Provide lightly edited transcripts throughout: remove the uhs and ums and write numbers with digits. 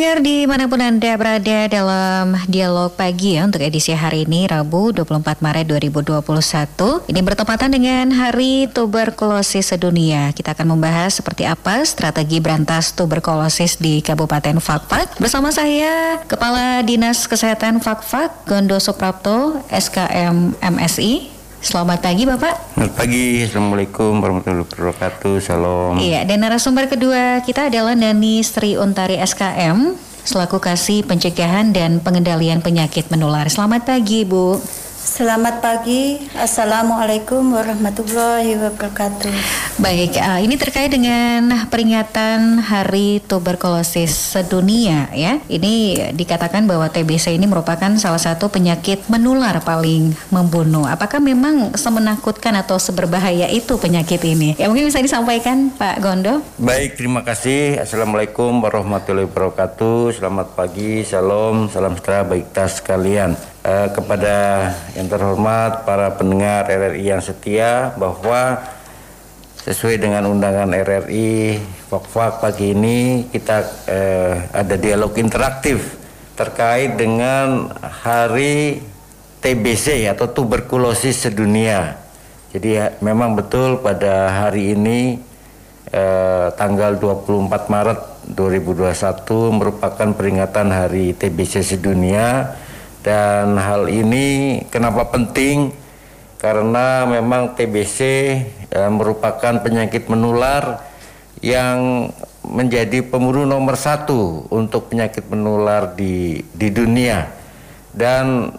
pendengar dimanapun Anda berada dalam dialog pagi ya untuk edisi hari ini Rabu 24 Maret 2021. Ini bertepatan dengan Hari Tuberkulosis Sedunia. Kita akan membahas seperti apa strategi berantas tuberkulosis di Kabupaten Fakfak. Bersama saya Kepala Dinas Kesehatan Fakfak Gondo Suprapto SKM MSI. Selamat pagi Bapak. Selamat pagi, Assalamualaikum warahmatullahi wabarakatuh, salam. Iya, dan narasumber kedua kita adalah Nani Sri Untari SKM selaku Kasih Pencegahan dan Pengendalian Penyakit Menular. Selamat pagi Bu. Selamat pagi, Assalamualaikum warahmatullahi wabarakatuh. Baik, ini terkait dengan peringatan Hari Tuberkulosis Sedunia ya. Ini dikatakan bahwa TBC ini merupakan salah satu penyakit menular paling membunuh. Apakah memang semenakutkan atau seberbahaya itu penyakit ini? Ya mungkin bisa disampaikan Pak Gondo. Baik, terima kasih. Assalamualaikum warahmatullahi wabarakatuh. Selamat pagi, salam sejahtera bagi kita sekalian. Kepada yang terhormat para pendengar RRI yang setia, bahwa sesuai dengan undangan RRI Fakfak pagi ini kita ada dialog interaktif terkait dengan Hari TBC atau tuberkulosis sedunia. Jadi memang betul pada hari ini tanggal 24 Maret 2021 merupakan peringatan Hari TBC sedunia. Dan hal ini kenapa penting? Karena memang TBC merupakan penyakit menular yang menjadi pembunuh nomor 1 untuk penyakit menular di dunia. Dan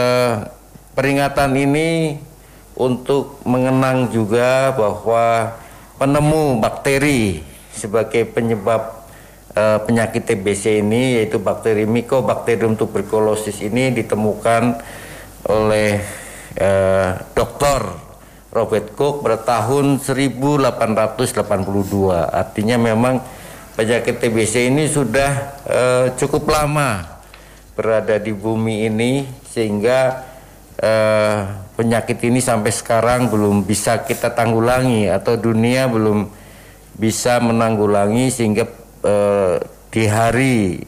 peringatan ini untuk mengenang juga bahwa penemu bakteri sebagai penyebab penyakit TBC ini, yaitu bakteri Mycobacterium tuberculosis ini ditemukan oleh Dr. Robert Koch pada tahun 1882. Artinya memang penyakit TBC ini sudah cukup lama berada di bumi ini, sehingga penyakit ini sampai sekarang belum bisa kita tanggulangi atau dunia belum bisa menanggulangi, sehingga di hari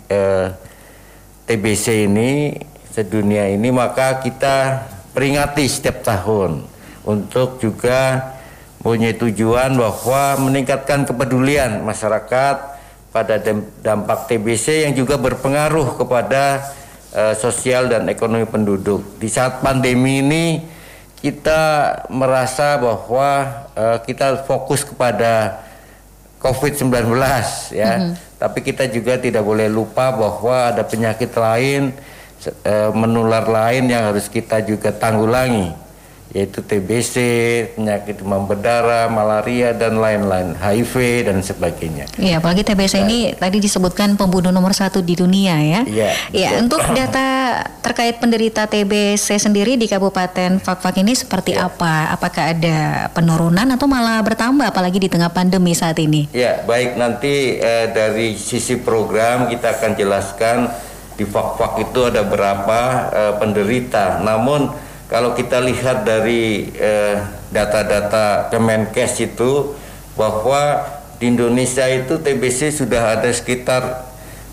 TBC ini sedunia ini maka kita peringati setiap tahun untuk juga punya tujuan bahwa meningkatkan kepedulian masyarakat pada dampak TBC yang juga berpengaruh kepada sosial dan ekonomi penduduk. Di saat pandemi ini kita merasa bahwa kita fokus kepada COVID-19 ya, tapi kita juga tidak boleh lupa bahwa ada penyakit lain, menular lain yang harus kita juga tanggulangi, yaitu TBC, penyakit demam berdarah, malaria dan lain-lain, HIV dan sebagainya. Iya, apalagi TBC ini tadi disebutkan pembunuh nomor 1 di dunia ya. Iya. Ya, untuk data terkait penderita TBC sendiri di Kabupaten Fakfak ini seperti apa? Apakah ada penurunan atau malah bertambah apalagi di tengah pandemi saat ini? Ya, baik, nanti dari sisi program kita akan jelaskan di Fakfak itu ada berapa penderita. Namun kalau kita lihat dari data-data Kemenkes itu bahwa di Indonesia itu TBC sudah ada sekitar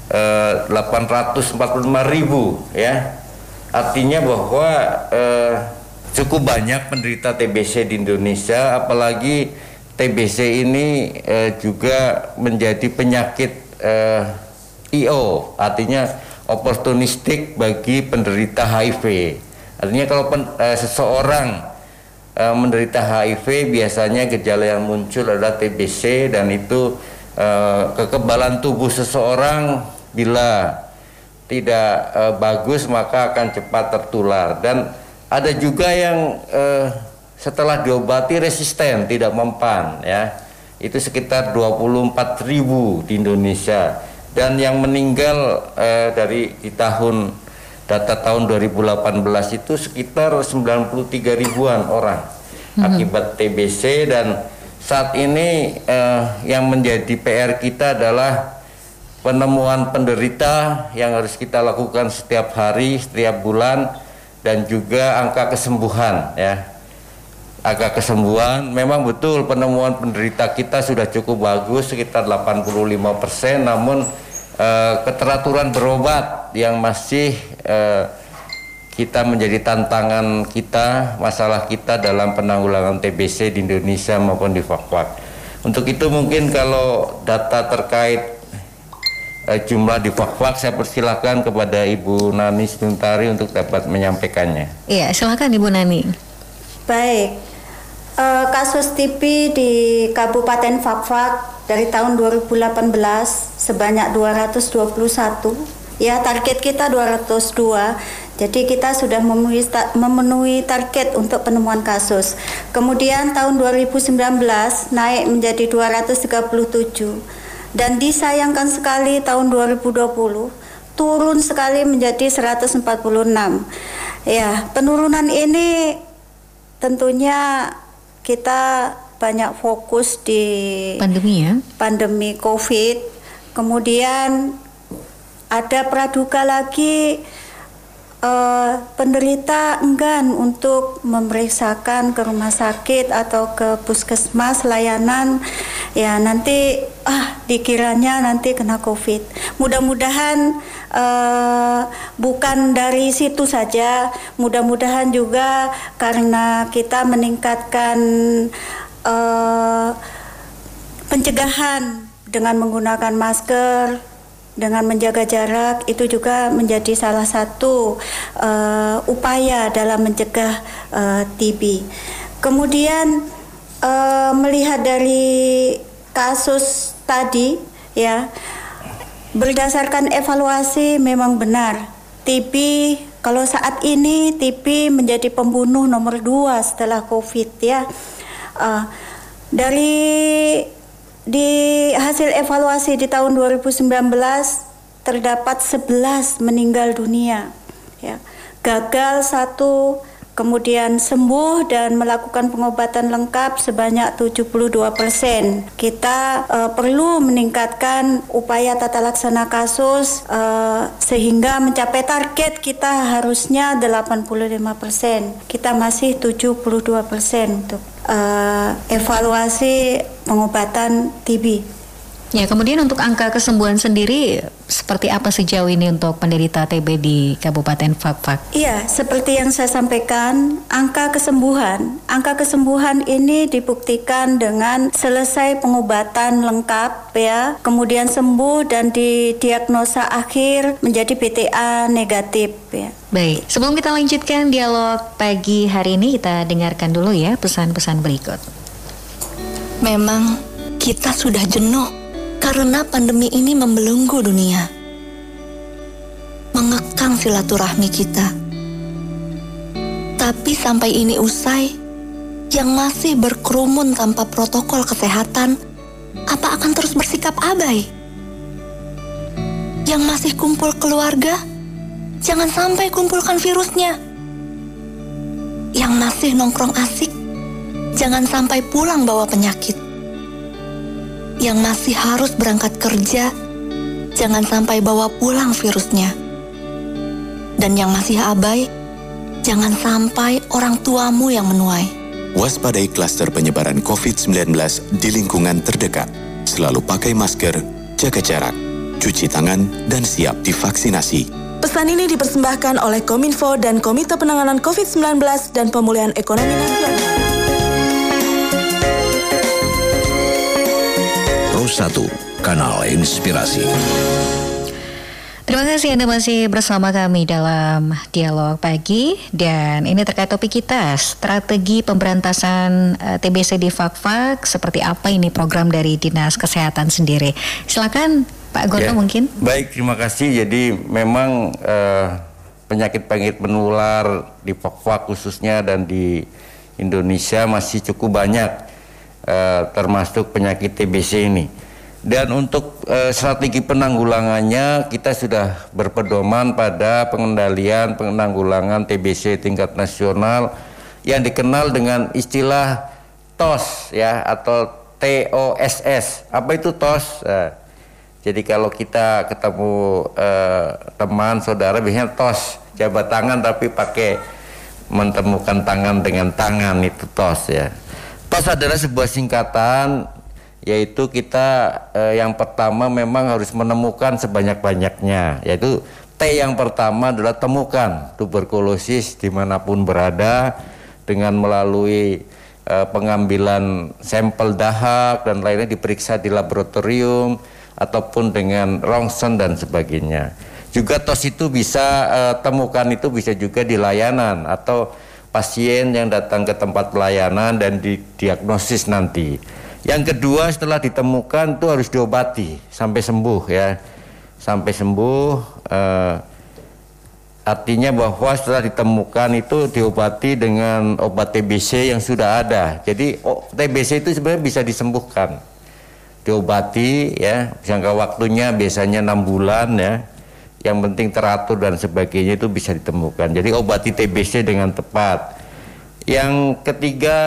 845.000 ya. Artinya bahwa cukup banyak penderita TBC di Indonesia, apalagi TBC ini juga menjadi penyakit IO, artinya opportunistik bagi penderita HIV. Artinya kalau seseorang menderita HIV, biasanya gejala yang muncul adalah TBC, dan itu kekebalan tubuh seseorang bila tidak bagus maka akan cepat tertular. Dan ada juga yang setelah diobati resisten, tidak mempan ya. Itu sekitar 24.000 di Indonesia. Dan yang meninggal di data tahun 2018 itu sekitar 93 ribuan orang akibat TBC. Dan saat ini yang menjadi PR kita adalah penemuan penderita yang harus kita lakukan setiap hari, setiap bulan, dan juga angka kesembuhan ya. Angka kesembuhan memang betul penemuan penderita kita sudah cukup bagus, sekitar 85%, namun keteraturan berobat yang masih kita menjadi tantangan kita, masalah kita dalam penanggulangan TBC di Indonesia maupun di Fak-Fak. Untuk itu mungkin kalau data terkait jumlah di Fak-Fak, saya persilakan kepada Ibu Nani Stuntari untuk dapat menyampaikannya. Iya, silakan Ibu Nani. Baik, kasus TB di Kabupaten Fak-Fak dari tahun 2018 sebanyak 221. Ya, target kita 202. Jadi kita sudah memenuhi target untuk penemuan kasus. Kemudian tahun 2019 naik menjadi 237. Dan disayangkan sekali tahun 2020 turun sekali menjadi 146. Ya, penurunan ini tentunya kita banyak fokus di pandemi COVID. Kemudian ada praduga lagi, penderita enggan untuk memeriksakan ke rumah sakit atau ke puskesmas layanan, ya nanti dikiranya nanti kena COVID. Mudah-mudahan bukan dari situ saja, mudah-mudahan juga karena kita meningkatkan pencegahan dengan menggunakan masker, dengan menjaga jarak, itu juga menjadi salah satu upaya dalam mencegah TB. Kemudian melihat dari kasus tadi, ya, berdasarkan evaluasi memang benar TB kalau saat ini TB menjadi pembunuh nomor 2 setelah COVID, ya. Di hasil evaluasi di tahun 2019 terdapat 11 meninggal dunia, ya. Gagal 1, kemudian sembuh dan melakukan pengobatan lengkap sebanyak 72%. Kita perlu meningkatkan upaya tata laksana kasus sehingga mencapai target kita harusnya 85%. Kita masih 72% untuk evaluasi pengobatan TB. Ya, kemudian untuk angka kesembuhan sendiri seperti apa sejauh ini untuk penderita TB di Kabupaten Fak-Fak? Iya, seperti yang saya sampaikan, angka kesembuhan ini dibuktikan dengan selesai pengobatan lengkap, ya, kemudian sembuh dan didiagnosa akhir menjadi PTA negatif, ya. Baik, sebelum kita lanjutkan dialog pagi hari ini, kita dengarkan dulu ya pesan-pesan berikut. Memang kita sudah jenuh karena pandemi ini membelenggu dunia, mengekang silaturahmi kita. Tapi sampai ini usai, yang masih berkerumun tanpa protokol kesehatan, apa akan terus bersikap abai? Yang masih kumpul keluarga, jangan sampai kumpulkan virusnya. Yang masih nongkrong asik, jangan sampai pulang bawa penyakit. Yang masih harus berangkat kerja, jangan sampai bawa pulang virusnya. Dan yang masih abai, jangan sampai orang tuamu yang menuai. Waspadai klaster penyebaran COVID-19 di lingkungan terdekat. Selalu pakai masker, jaga jarak, cuci tangan, dan siap divaksinasi. Pesan ini dipersembahkan oleh Kominfo dan Komite Penanganan COVID-19 dan Pemulihan Ekonomi Nasional. Pro 1, Kanal Inspirasi. Terima kasih Anda masih bersama kami dalam dialog pagi, dan ini terkait topik kita, strategi pemberantasan TBC di Fak-Fak, seperti apa ini program dari Dinas Kesehatan sendiri. Silakan Pak Gono, mungkin. Baik, terima kasih. Jadi memang penyakit-penyakit menular di Fak-Fak khususnya dan di Indonesia masih cukup banyak, termasuk penyakit TBC ini. Dan untuk strategi penanggulangannya, kita sudah berpedoman pada penanggulangan TBC tingkat nasional yang dikenal dengan istilah TOS, ya, atau TOSS. Apa itu TOS? Jadi kalau kita ketemu teman saudara biasanya TOS, jabat tangan tapi pakai mentemukan tangan dengan tangan, itu TOS, ya. TOS adalah sebuah singkatan yaitu kita yang pertama memang harus menemukan sebanyak-banyaknya, yaitu T yang pertama adalah temukan tuberkulosis dimanapun berada dengan melalui pengambilan sampel dahak dan lainnya, diperiksa di laboratorium ataupun dengan rongsen dan sebagainya. Juga tos itu bisa temukan itu bisa juga di layanan atau pasien yang datang ke tempat pelayanan dan didiagnosis nanti. Yang kedua, setelah ditemukan itu harus diobati sampai sembuh ya. Sampai sembuh artinya bahwa setelah ditemukan itu diobati dengan obat TBC yang sudah ada. Jadi TBC itu sebenarnya bisa disembuhkan. Diobati ya, jangka waktunya biasanya 6 bulan ya. Yang penting teratur dan sebagainya itu bisa ditemukan. Jadi obati TBC dengan tepat. Yang ketiga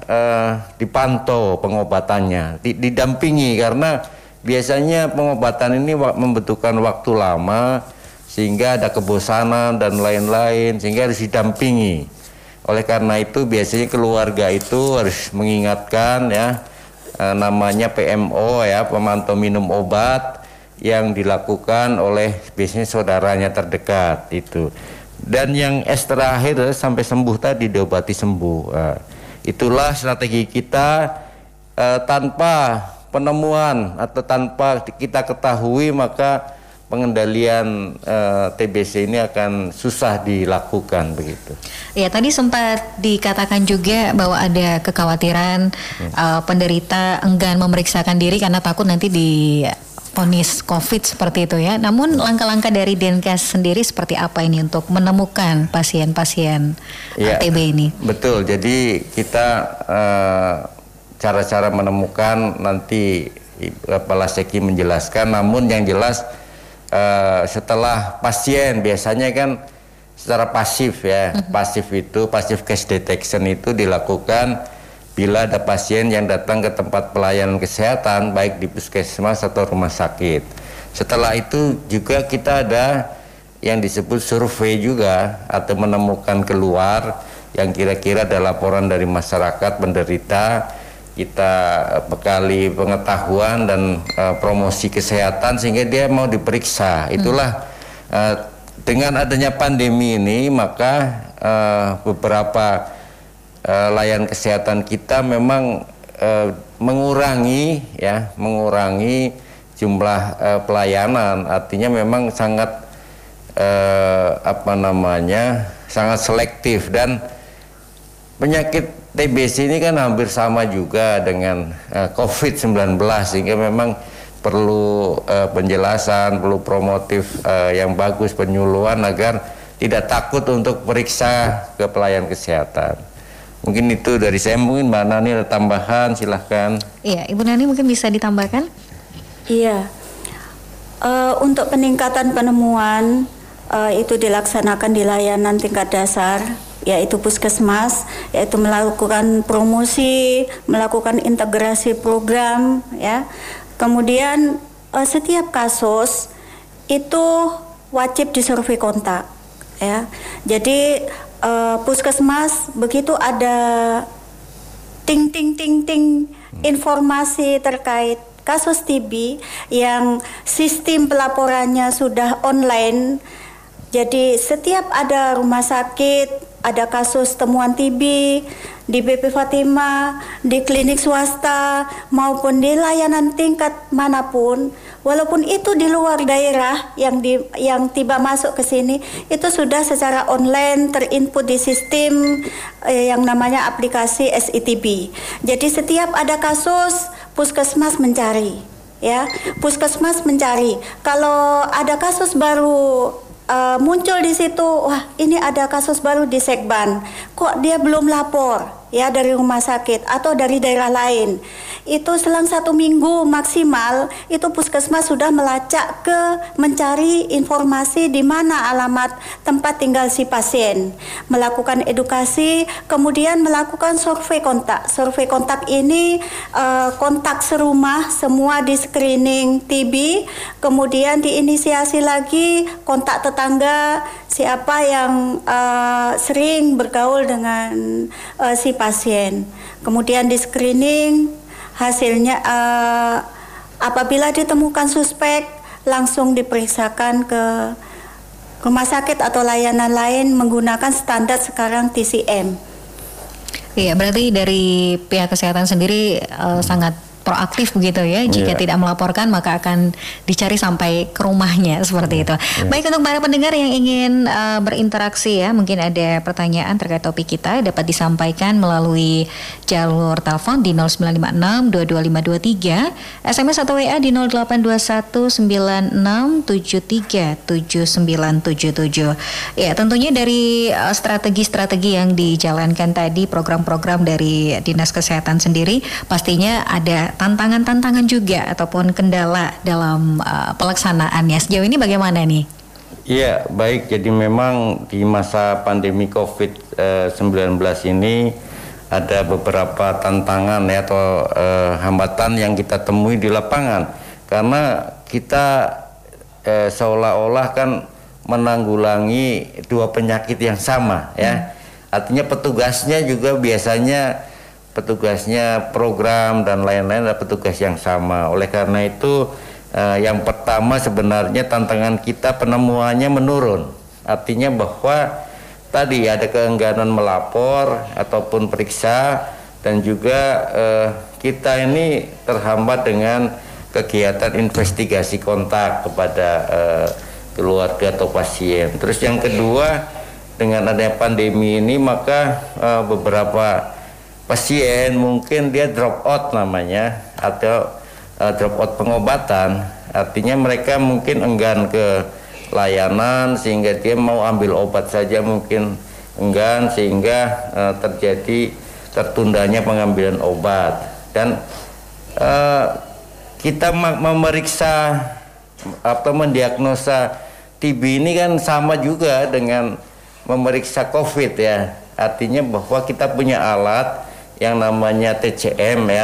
dipantau pengobatannya, didampingi karena biasanya pengobatan ini membutuhkan waktu lama sehingga ada kebosanan dan lain-lain, sehingga harus didampingi. Oleh karena itu biasanya keluarga itu harus mengingatkan ya, namanya PMO ya, pemantau minum obat yang dilakukan oleh biasanya saudaranya terdekat itu. Dan yang S terakhir sampai sembuh tadi, diobati sembuh. Itulah strategi kita. Tanpa penemuan atau tanpa kita ketahui maka pengendalian TBC ini akan susah dilakukan begitu. Ya, tadi sempat dikatakan juga bahwa ada kekhawatiran penderita enggan memeriksakan diri karena takut nanti divonis COVID seperti itu ya. Namun langkah-langkah dari Dinkes sendiri seperti apa ini untuk menemukan pasien-pasien TB ini? Betul. Jadi kita cara-cara menemukan nanti Kepala Seki menjelaskan. Namun yang jelas setelah pasien biasanya kan secara pasif ya, pasif case detection itu dilakukan bila ada pasien yang datang ke tempat pelayanan kesehatan baik di puskesmas atau rumah sakit. Setelah itu juga kita ada yang disebut survei juga atau menemukan keluar yang kira-kira ada laporan dari masyarakat penderita. Kita bekali pengetahuan dan promosi kesehatan sehingga dia mau diperiksa. Itulah dengan adanya pandemi ini maka beberapa layanan kesehatan kita memang mengurangi jumlah pelayanan. Artinya memang sangat sangat selektif, dan penyakit TBC ini kan hampir sama juga dengan COVID-19 sehingga memang perlu penjelasan, perlu promotif yang bagus, penyuluhan agar tidak takut untuk periksa ke pelayan kesehatan. Mungkin itu dari saya. Mungkin Mbak Nani ada tambahan, silahkan. Iya, Ibu Nani mungkin bisa ditambahkan? Iya, untuk peningkatan penemuan itu dilaksanakan di layanan tingkat dasar, yaitu puskesmas, yaitu melakukan promosi, melakukan integrasi program, ya. Kemudian setiap kasus itu wajib disurvei kontak, ya. Jadi puskesmas begitu ada ting informasi terkait kasus TB yang sistem pelaporannya sudah online. Jadi setiap ada rumah sakit, ada kasus temuan TB di BP Fatima, di klinik swasta maupun di layanan tingkat manapun, walaupun itu di luar daerah yang tiba masuk ke sini, itu sudah secara online terinput di sistem yang namanya aplikasi SITB. Jadi setiap ada kasus, puskesmas mencari, ya, puskesmas mencari. Kalau ada kasus baru muncul di situ, wah ini ada kasus baru di Sekban, kok dia belum lapor ya dari rumah sakit atau dari daerah lain. Itu selang 1 minggu maksimal itu puskesmas sudah melacak mencari informasi di mana alamat tempat tinggal si pasien, melakukan edukasi, kemudian melakukan survei kontak. Survei kontak ini kontak serumah semua di screening TB, kemudian diinisiasi lagi kontak tetangga, siapa yang sering bergaul dengan si pasien. Kemudian di screening hasilnya apabila ditemukan suspek langsung diperiksakan ke rumah sakit atau layanan lain menggunakan standar sekarang TCM. Iya, berarti dari pihak kesehatan sendiri sangat proaktif begitu ya. Jika tidak melaporkan maka akan dicari sampai ke rumahnya seperti itu. Baik, untuk para pendengar yang ingin berinteraksi ya, mungkin ada pertanyaan terkait topik kita dapat disampaikan melalui jalur telepon di 0956 22523, SMS atau WA di 082196737977. Ya, tentunya dari strategi-strategi yang dijalankan tadi, program-program dari Dinas Kesehatan sendiri pastinya ada tantangan-tantangan juga ataupun kendala dalam pelaksanaannya. Sejauh ini bagaimana nih? Iya, baik. Jadi memang di masa pandemi COVID-19 ini ada beberapa tantangan ya atau hambatan yang kita temui di lapangan. Karena kita seolah-olah kan menanggulangi dua penyakit yang sama ya. Artinya petugasnya juga biasanya petugasnya program dan lain-lain adalah petugas yang sama. Oleh karena itu yang pertama sebenarnya tantangan kita penemuannya menurun. Artinya bahwa tadi ada keengganan melapor ataupun periksa, dan juga kita ini terhambat dengan kegiatan investigasi kontak kepada keluarga atau pasien. Terus yang kedua, dengan adanya pandemi ini maka beberapa pasien mungkin dia drop out namanya, atau drop out pengobatan. Artinya mereka mungkin enggan ke layanan sehingga dia mau ambil obat saja mungkin enggan, sehingga terjadi tertundanya pengambilan obat. Dan kita memeriksa atau mendiagnosa TB ini kan sama juga dengan memeriksa COVID ya. Artinya bahwa kita punya alat yang namanya TCM ya,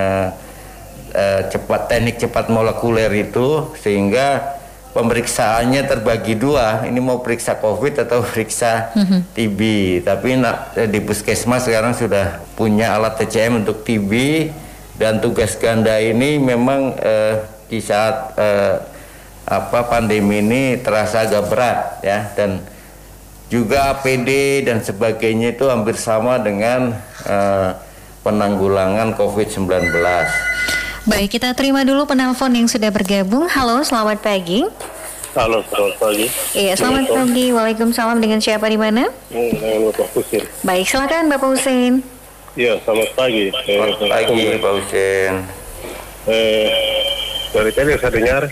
teknik cepat molekuler itu, sehingga pemeriksaannya terbagi dua. Ini mau periksa COVID atau periksa TB. Tapi di puskesmas sekarang sudah punya alat TCM untuk TB, dan tugas ganda ini memang di saat pandemi ini terasa agak berat ya, dan juga APD dan sebagainya itu hampir sama dengan penanggulangan COVID-19. Baik, kita terima dulu penelpon yang sudah bergabung. Halo, selamat pagi. Halo, selamat pagi. Iya, selamat pagi. Waalaikumsalam. Dengan siapa di mana? Dengan Bapak Husin. Baik, silakan Bapak Husin. Iya, selamat pagi. Selamat pagi, Pak Husin. Dari tadi saya dengar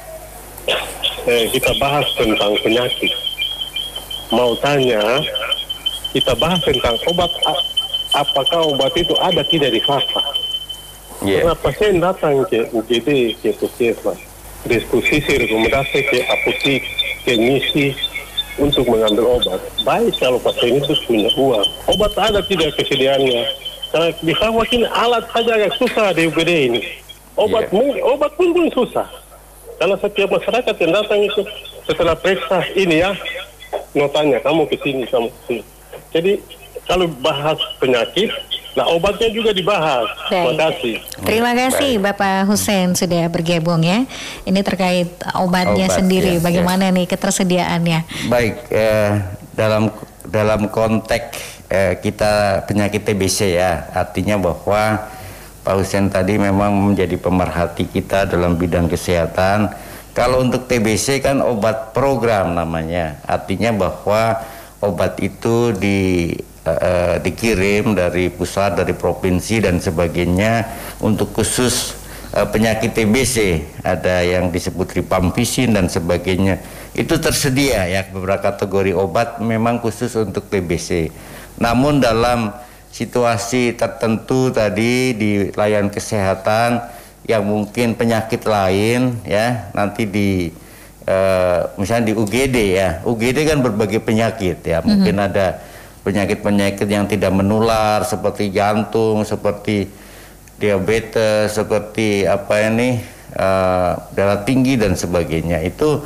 kita bahas tentang penyakit. Mau tanya, kita bahas tentang obat, apakah obat itu ada tidak di fakta? Karena pasien datang ke UGD, ke puskesmas, diskusi rekomendasi ke apotek, ke misi untuk mengambil obat. Baik kalau pasien itu punya uang, obat ada tidak kesediaannya? Karena di Kabupaten alat saja agak susah di UGD ini. Obat pun susah. Karena setiap masyarakat yang datang itu setelah periksa ini ya, notanya kamu ke sini, kamu ke sini. Jadi kalau bahas penyakit, nah obatnya juga dibahas. Terima kasih. Terima kasih Bapak Husin sudah bergabung ya. Ini terkait obatnya sendiri, bagaimana nih ketersediaannya? Baik, dalam konteks kita penyakit TBC ya, artinya bahwa Pak Husin tadi memang menjadi pemerhati kita dalam bidang kesehatan. Kalau untuk TBC kan obat program namanya, artinya bahwa obat itu dikirim dari pusat, dari provinsi dan sebagainya untuk khusus penyakit TBC. Ada yang disebut rifampicin dan sebagainya. Itu tersedia ya, beberapa kategori obat memang khusus untuk TBC. Namun dalam situasi tertentu tadi di layanan kesehatan yang mungkin penyakit lain ya, nanti misalnya di UGD ya, UGD kan berbagai penyakit ya, mungkin ada penyakit-penyakit yang tidak menular seperti jantung, seperti diabetes, seperti darah tinggi dan sebagainya. Itu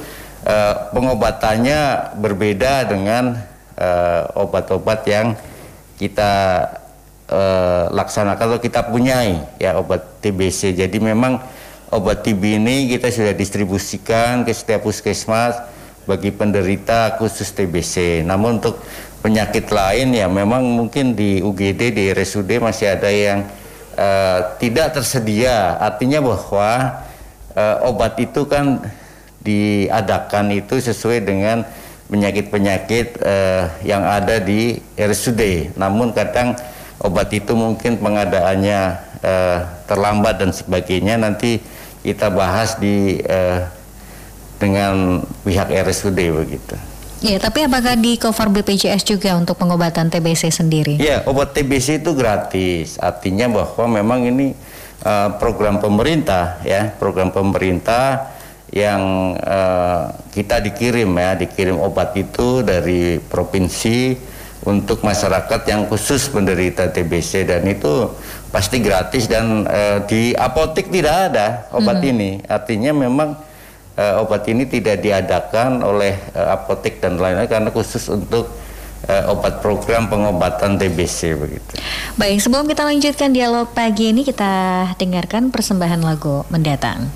pengobatannya berbeda dengan obat-obat yang kita laksanakan atau kita punyai ya obat TBC. Jadi memang obat TB ini kita sudah distribusikan ke setiap puskesmas bagi penderita khusus TBC. Namun untuk penyakit lain ya memang mungkin di UGD, di RSUD masih ada yang tidak tersedia. Artinya bahwa obat itu kan diadakan itu sesuai dengan penyakit-penyakit yang ada di RSUD. Namun kadang obat itu mungkin pengadaannya terlambat dan sebagainya. Nanti kita bahas dengan pihak RSUD begitu. Ya, tapi apakah di cover BPJS juga untuk pengobatan TBC sendiri? Ya, obat TBC itu gratis. Artinya bahwa memang ini program pemerintah ya, program pemerintah yang kita dikirim obat itu dari provinsi untuk masyarakat yang khusus menderita TBC, dan itu pasti gratis dan di apotek tidak ada obat ini. Artinya memang obat ini tidak diadakan oleh apotek dan lain-lain karena khusus untuk obat program pengobatan TBC begitu. Baik, sebelum kita lanjutkan dialog pagi ini, kita dengarkan persembahan lagu mendatang.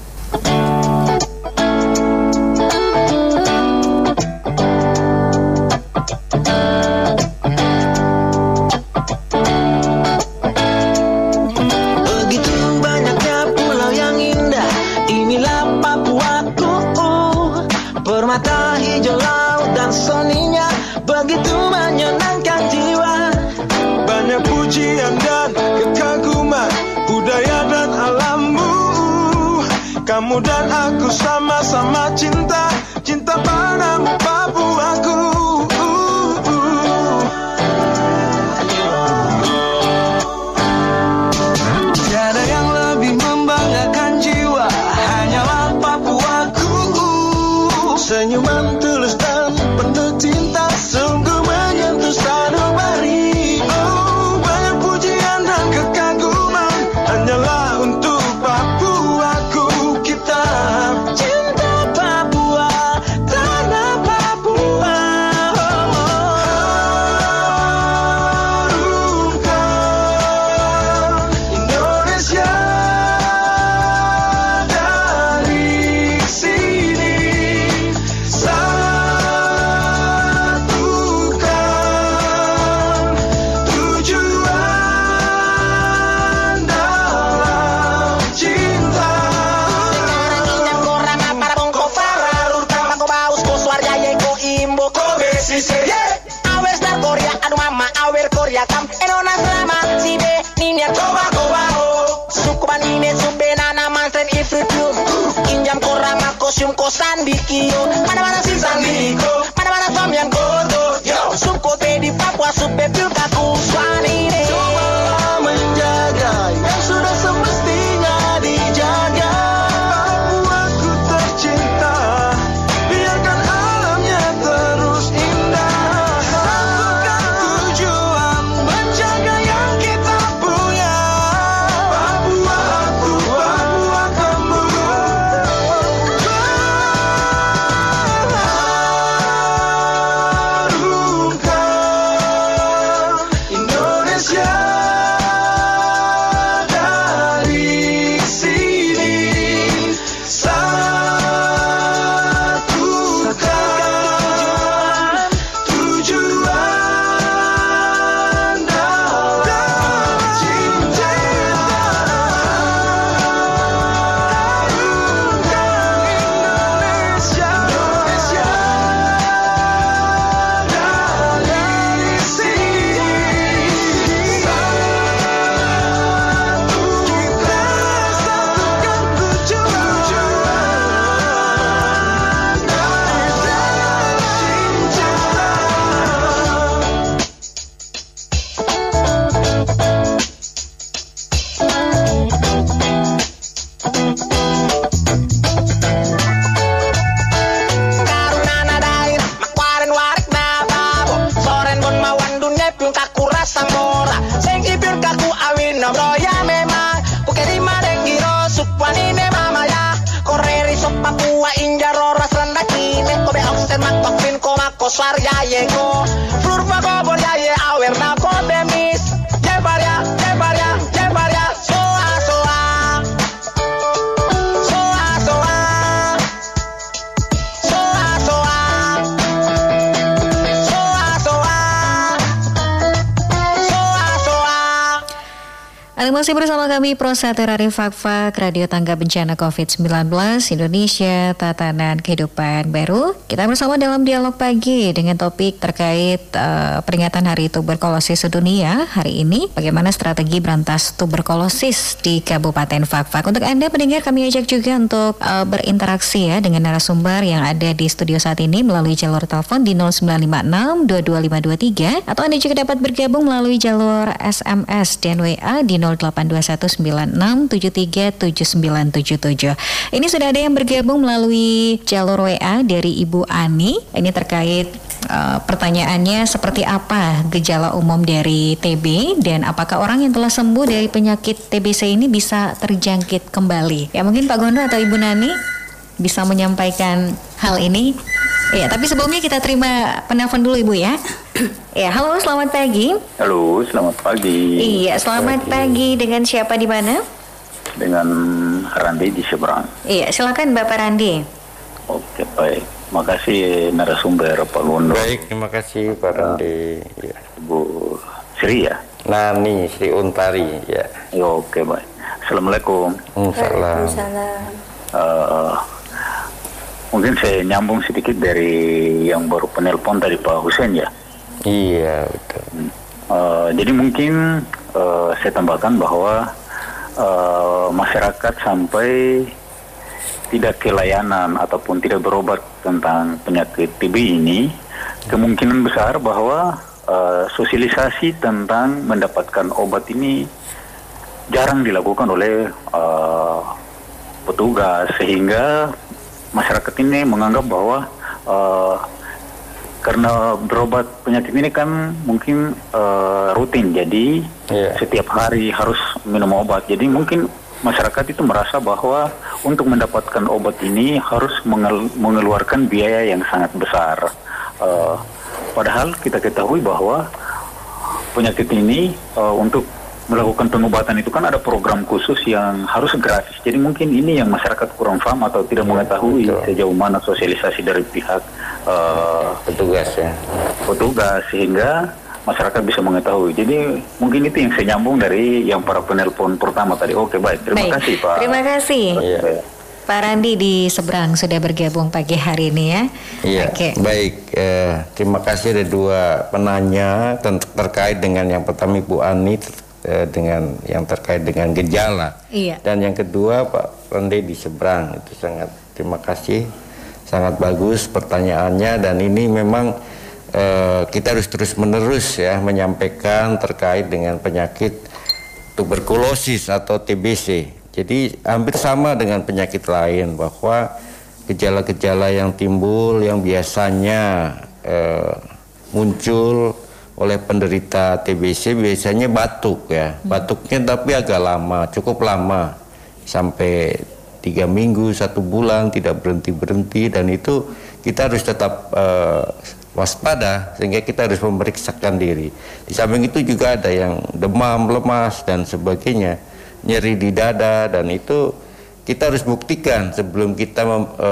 Mata hijau laut dan soninya begitu menyenangkan jiwa. Banyak pujian dan kekaguman budaya dan alammu. Kamu dan aku sama-sama cinta, cinta padamu Papuaku. Tiada yang lebih membanggakan jiwa, hanyalah Papuaku. Senyuman tulus dan penuh cinta, sungguh menyentuh sanubari. Oh, banyak pujian dan kekaguman hanyalah untuk Papuaku. Kita cinta Papua, tanah Papua. Harumkan Indonesia dari sini. Awer star Korea, aduh mama, awer Korea kam, enona selama sibe, ninia coba suku banine sube nana mansen ifritu, injam korang makosium kosan bikio, mana si sandiko, mana somyan kodo, yo, suku te di Papua sube pilkaku swanine. Coba menjaga yang sudah semestinya dijaga. Papuaku tercinta, biarkan alamnya terus indah. Satukan tujuan, menjaga yang kita punya. Papuaku, Papua kamu. Harumkan Indonesia dari sini. Satukan tujuan dalam cinta. Harumkan Indonesia dari sini. Satukan tujuan dalam cinta. Karuna dair makwaren warik na babo, soren bon mawan dunya piung kaku rasa mora, sing ipiun kaku awin nombroya memang, kukerima dengiro supwanine mamaya, koreri sop Papua injaro ras rendakine, kobe oksen makpakpin komako swar yayego, flur pagobor yaye awer na kobe mis, jebarya Baik, masih bersama kami Prosather Arif Fakfak, Radio Tangga Bencana COVID-19 Indonesia, Tatanan Kehidupan Baru. Kita bersama dalam dialog pagi dengan topik terkait peringatan Hari Tuberkulosis Sedunia hari ini. Bagaimana strategi berantas tuberkulosis di Kabupaten Fakfak. Untuk Anda pendengar, kami ajak juga untuk berinteraksi ya dengan narasumber yang ada di studio saat ini melalui jalur telepon di 0956 22523 atau Anda juga dapat bergabung melalui jalur SMS dan WA di 082196737977. Ini sudah ada yang bergabung melalui jalur WA dari Ibu Ani. Ini terkait pertanyaannya seperti apa gejala umum dari TB dan apakah orang yang telah sembuh dari penyakit TBC ini bisa terjangkit kembali. Ya mungkin Pak Gono atau Ibu Nani bisa menyampaikan hal ini. Ya, tapi sebelumnya kita terima penelpon dulu Ibu ya. Ya, halo, selamat pagi. Halo, selamat pagi. Iya, selamat pagi. Dengan siapa di mana? Dengan Randi di seberang. Iya, silakan Bapak Randi. Oke, baik. Makasih narasumber Pak Gondo. Baik, terima kasih Pak Randi. Ya. Bu Sri ya? Nani Sri Untari ya. Oke, baik. Assalamualaikum. Waalaikumsalam. Mungkin saya nyambung sedikit dari yang baru penelpon tadi Pak Hussein ya. Iya betul. Jadi mungkin saya tambahkan bahwa masyarakat sampai tidak kelayanan ataupun tidak berobat tentang penyakit TB ini, kemungkinan besar bahwa sosialisasi tentang mendapatkan obat ini jarang dilakukan oleh petugas, sehingga masyarakat ini menganggap bahwa karena berobat penyakit ini kan mungkin rutin, jadi setiap hari harus minum obat. Jadi mungkin masyarakat itu merasa bahwa untuk mendapatkan obat ini harus mengeluarkan biaya yang sangat besar. Padahal kita ketahui bahwa penyakit ini untuk melakukan pengobatan itu kan ada program khusus yang harus gratis. Jadi mungkin ini yang masyarakat kurang paham atau tidak mengetahui sejauh mana sosialisasi dari pihak petugas sehingga masyarakat bisa mengetahui. Jadi mungkin itu yang saya nyambung dari yang para penelpon pertama tadi. Oke, baik. Terima kasih Pak. Terima kasih. Pak Randi di seberang sudah bergabung pagi hari ini ya. Iya. Okay. Baik. Terima kasih ada dua penanya terkait dengan yang pertama Ibu Ani dengan yang terkait dengan gejala. Iya. Dan yang kedua Pak Randi di seberang, itu sangat terima kasih, sangat bagus pertanyaannya, dan ini memang kita harus terus menerus ya menyampaikan terkait dengan penyakit tuberkulosis atau TBC. Jadi hampir sama dengan penyakit lain bahwa gejala-gejala yang timbul yang biasanya muncul oleh penderita TBC biasanya batuk ya. Batuknya tapi agak lama, cukup lama, sampai 3 minggu, 1 bulan tidak berhenti-berhenti, dan itu kita harus tetap waspada sehingga kita harus memeriksakan diri. Di samping itu juga ada yang demam, lemas dan sebagainya, nyeri di dada, dan itu kita harus buktikan sebelum kita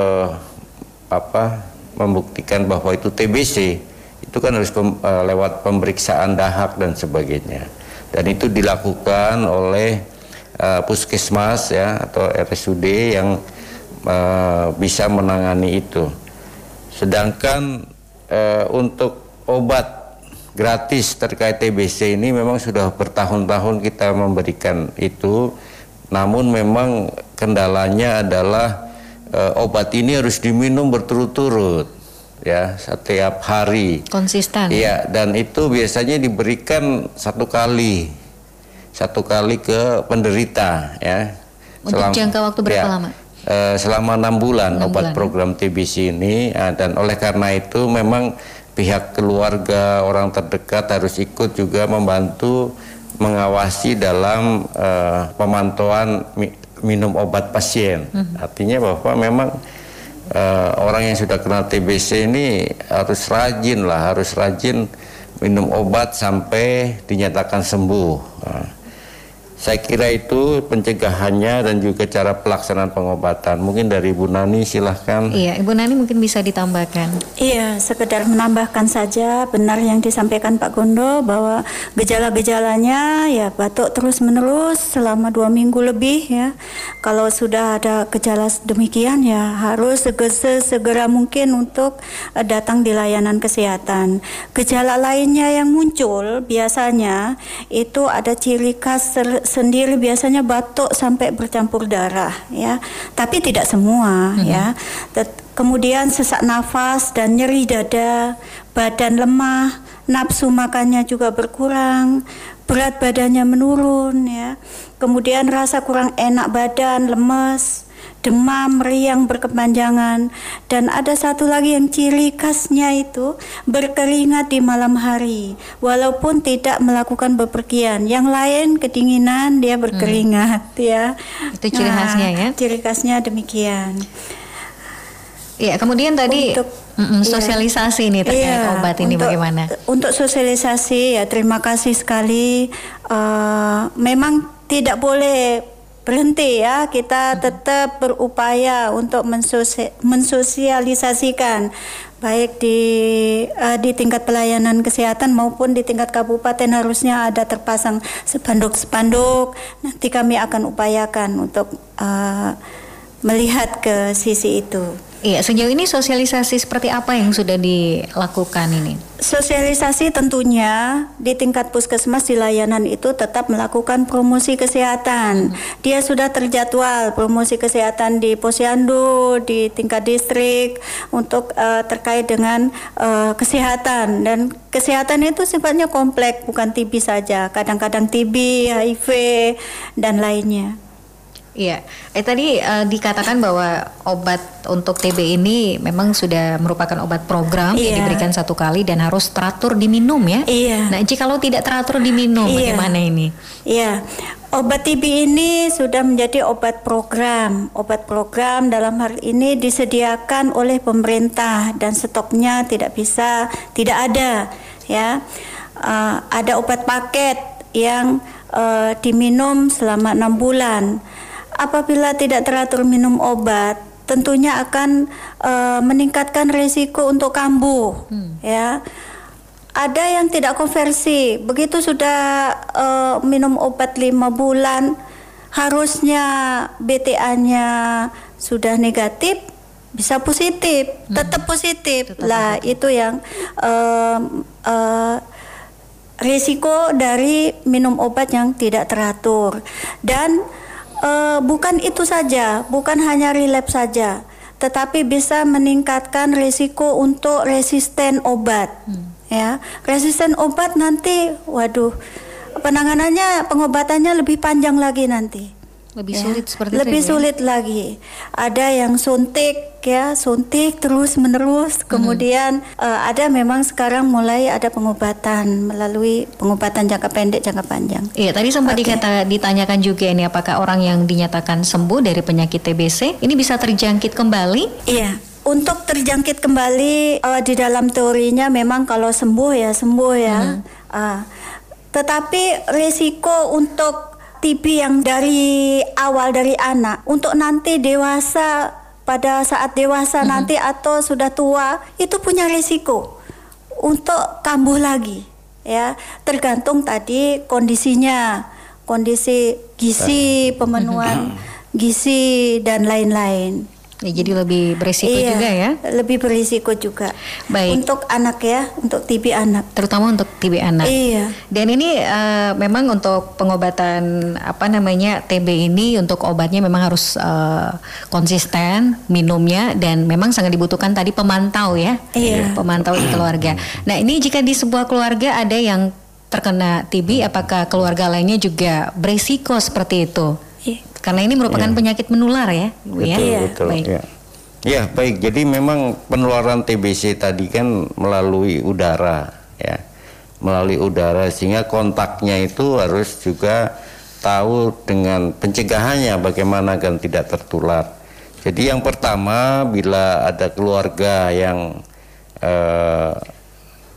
membuktikan bahwa itu TBC. Itu kan harus lewat pemeriksaan dahak dan sebagainya, dan itu dilakukan oleh puskesmas ya atau RSUD yang bisa menangani itu. Sedangkan untuk obat gratis terkait TBC ini memang sudah bertahun-tahun kita memberikan itu, namun memang kendalanya adalah obat ini harus diminum berturut-turut ya, setiap hari konsisten. Iya, dan itu biasanya diberikan satu kali ke penderita ya. Untuk jangka waktu berapa lama? Selama 6 bulan obat program TBC ini, dan oleh karena itu memang pihak keluarga, orang terdekat harus ikut juga membantu mengawasi dalam pemantauan minum obat pasien. Artinya bahwa memang orang yang sudah kena TBC ini harus rajin minum obat sampai dinyatakan sembuh. Saya kira itu pencegahannya dan juga cara pelaksanaan pengobatan. Mungkin dari Ibu Nani silahkan. Iya, Ibu Nani mungkin bisa ditambahkan. Iya, sekedar menambahkan saja, benar yang disampaikan Pak Gondo bahwa gejala-gejalanya ya batuk terus-menerus selama 2 minggu lebih ya. Kalau sudah ada gejala demikian ya harus segera mungkin untuk datang di layanan kesehatan. Gejala lainnya yang muncul biasanya itu ada ciri khas sendiri, biasanya batuk sampai bercampur darah ya, tapi tidak semua ya. Kemudian sesak nafas dan nyeri dada, badan lemah, nafsu makannya juga berkurang, berat badannya menurun ya. Kemudian rasa kurang enak badan, lemes, demam, meriang berkepanjangan, dan ada satu lagi yang ciri khasnya itu berkeringat di malam hari walaupun tidak melakukan bepergian. Yang lain kedinginan, dia berkeringat ya. Itu ciri khasnya ya. Ciri khasnya demikian. Iya, kemudian tadi sosialisasi nih terkait obat ini bagaimana? Untuk sosialisasi ya terima kasih sekali. Memang tidak boleh berhenti ya, kita tetap berupaya untuk mensosialisasikan baik di tingkat pelayanan kesehatan maupun di tingkat kabupaten. Harusnya ada terpasang spanduk-spanduk. Nanti kami akan upayakan untuk melihat ke sisi itu. Iya, sejauh ini sosialisasi seperti apa yang sudah dilakukan ini? Sosialisasi tentunya di tingkat puskesmas di layanan itu tetap melakukan promosi kesehatan. Dia sudah terjadwal promosi kesehatan di Posyandu, di tingkat distrik untuk terkait dengan kesehatan, dan kesehatan itu sifatnya kompleks, bukan TB saja. Kadang-kadang TB, HIV dan lainnya. Iya, tadi dikatakan bahwa obat untuk TB ini memang sudah merupakan obat program yang diberikan 1 kali dan harus teratur diminum ya. Iya. Nah, jikalau tidak teratur diminum, bagaimana ini? Iya, obat TB ini sudah menjadi obat program. Obat program dalam hal ini disediakan oleh pemerintah dan stoknya tidak ada ya. Ada obat paket yang diminum selama 6 bulan. Apabila tidak teratur minum obat, tentunya akan meningkatkan resiko untuk kambuh ya. Ada yang tidak konversi, begitu sudah minum obat 5 bulan, harusnya BTA-nya sudah negatif, bisa positif, tetap positif. Itu yang risiko dari minum obat yang tidak teratur. Dan bukan itu saja, bukan hanya relapse saja, tetapi bisa meningkatkan risiko untuk resisten obat. Ya, resisten obat nanti, penanganannya, pengobatannya lebih panjang lagi nanti. Lebih sulit seperti lebih itu, sulit lagi. Ada yang suntik terus menerus. Kemudian ada memang sekarang mulai ada pengobatan melalui pengobatan jangka pendek, jangka panjang. Iya, tadi sempat ditanyakan juga ini, apakah orang yang dinyatakan sembuh dari penyakit TBC ini bisa terjangkit kembali? Iya. Untuk terjangkit kembali di dalam teorinya memang kalau sembuh ya. Tetapi risiko untuk TB yang dari awal dari anak untuk nanti dewasa, pada saat dewasa nanti atau sudah tua, itu punya risiko untuk kambuh lagi ya, tergantung tadi kondisinya, kondisi gizi, pemenuhan gizi dan lain-lain. Ya, jadi lebih berisiko juga ya? Lebih berisiko juga. Baik. Untuk anak ya, untuk TB anak. Terutama untuk TB anak. Iya. Dan ini memang untuk pengobatan TB ini, untuk obatnya memang harus konsisten minumnya, dan memang sangat dibutuhkan tadi pemantau ya. Iya. Pemantau di keluarga. Nah, ini jika di sebuah keluarga ada yang terkena TB, apakah keluarga lainnya juga berisiko seperti itu? Karena ini merupakan penyakit menular ya, Bu, betul. Baik. Ya, baik. Jadi memang penularan TBC tadi kan melalui udara ya. Melalui udara, sehingga kontaknya itu harus juga tahu dengan pencegahannya bagaimana agar tidak tertular. Jadi yang pertama, bila ada keluarga yang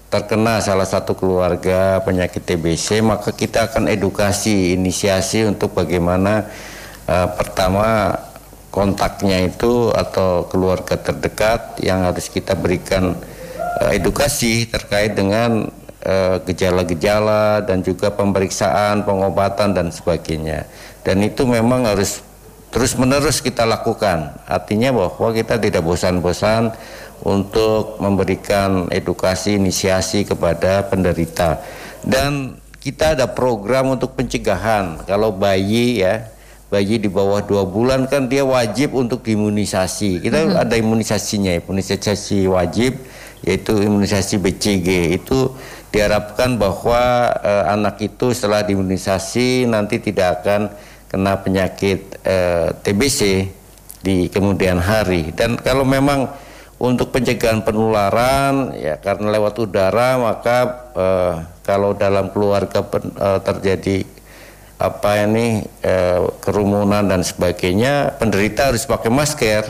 terkena salah satu keluarga penyakit TBC, maka kita akan edukasi, inisiasi untuk bagaimana pertama kontaknya itu atau keluarga terdekat yang harus kita berikan edukasi terkait dengan gejala-gejala dan juga pemeriksaan, pengobatan dan sebagainya. Dan itu memang harus terus-menerus kita lakukan. Artinya bahwa kita tidak bosan-bosan untuk memberikan edukasi, inisiasi kepada penderita. Dan kita ada program untuk pencegahan. Kalau bayi di bawah 2 bulan kan dia wajib untuk diimunisasi. Kita ada imunisasinya, imunisasi wajib, yaitu imunisasi BCG. Itu diharapkan bahwa anak itu setelah diimunisasi nanti tidak akan kena penyakit TBC di kemudian hari. Dan kalau memang untuk pencegahan penularan, ya karena lewat udara, maka kalau dalam keluarga terjadi kerumunan dan sebagainya, penderita harus pakai masker.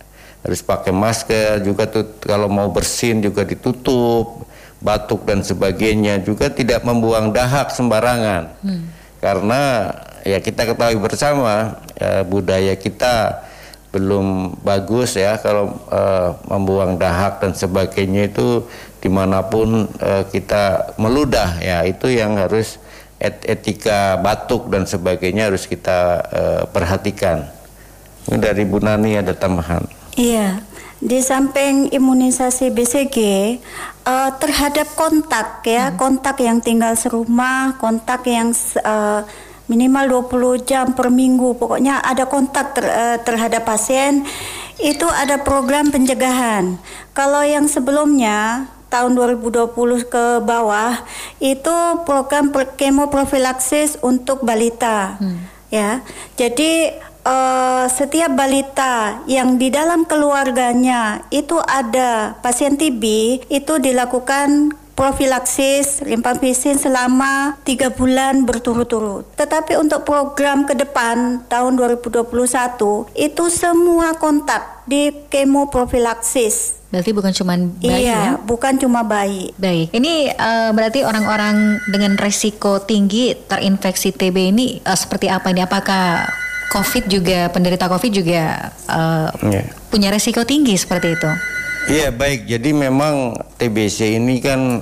Juga kalau mau bersin juga ditutup, batuk dan sebagainya, juga tidak membuang dahak sembarangan. Karena ya kita ketahui bersama budaya kita belum bagus ya kalau membuang dahak dan sebagainya itu dimanapun kita meludah, ya itu yang harus etika batuk dan sebagainya harus kita perhatikan. Ini dari Bu Nani ada tambahan. Iya, di samping imunisasi BCG terhadap kontak ya, kontak yang tinggal serumah, kontak yang minimal 20 jam per minggu, pokoknya ada kontak terhadap pasien, itu ada program pencegahan. Kalau yang sebelumnya tahun 2020 ke bawah itu program kemoprofilaksis untuk balita. Ya. Jadi setiap balita yang di dalam keluarganya itu ada pasien TB, itu dilakukan profilaksis rifampicin selama 3 bulan berturut-turut. Tetapi untuk program ke depan tahun 2021 itu semua kontak di kemoprofilaksis. Berarti bukan cuma bayi ya? Bukan cuma bayi. Baik, ini berarti orang-orang dengan resiko tinggi terinfeksi TB ini seperti apa ini? Apakah COVID juga, penderita COVID juga punya resiko tinggi seperti itu? Iya baik, jadi memang TBC ini kan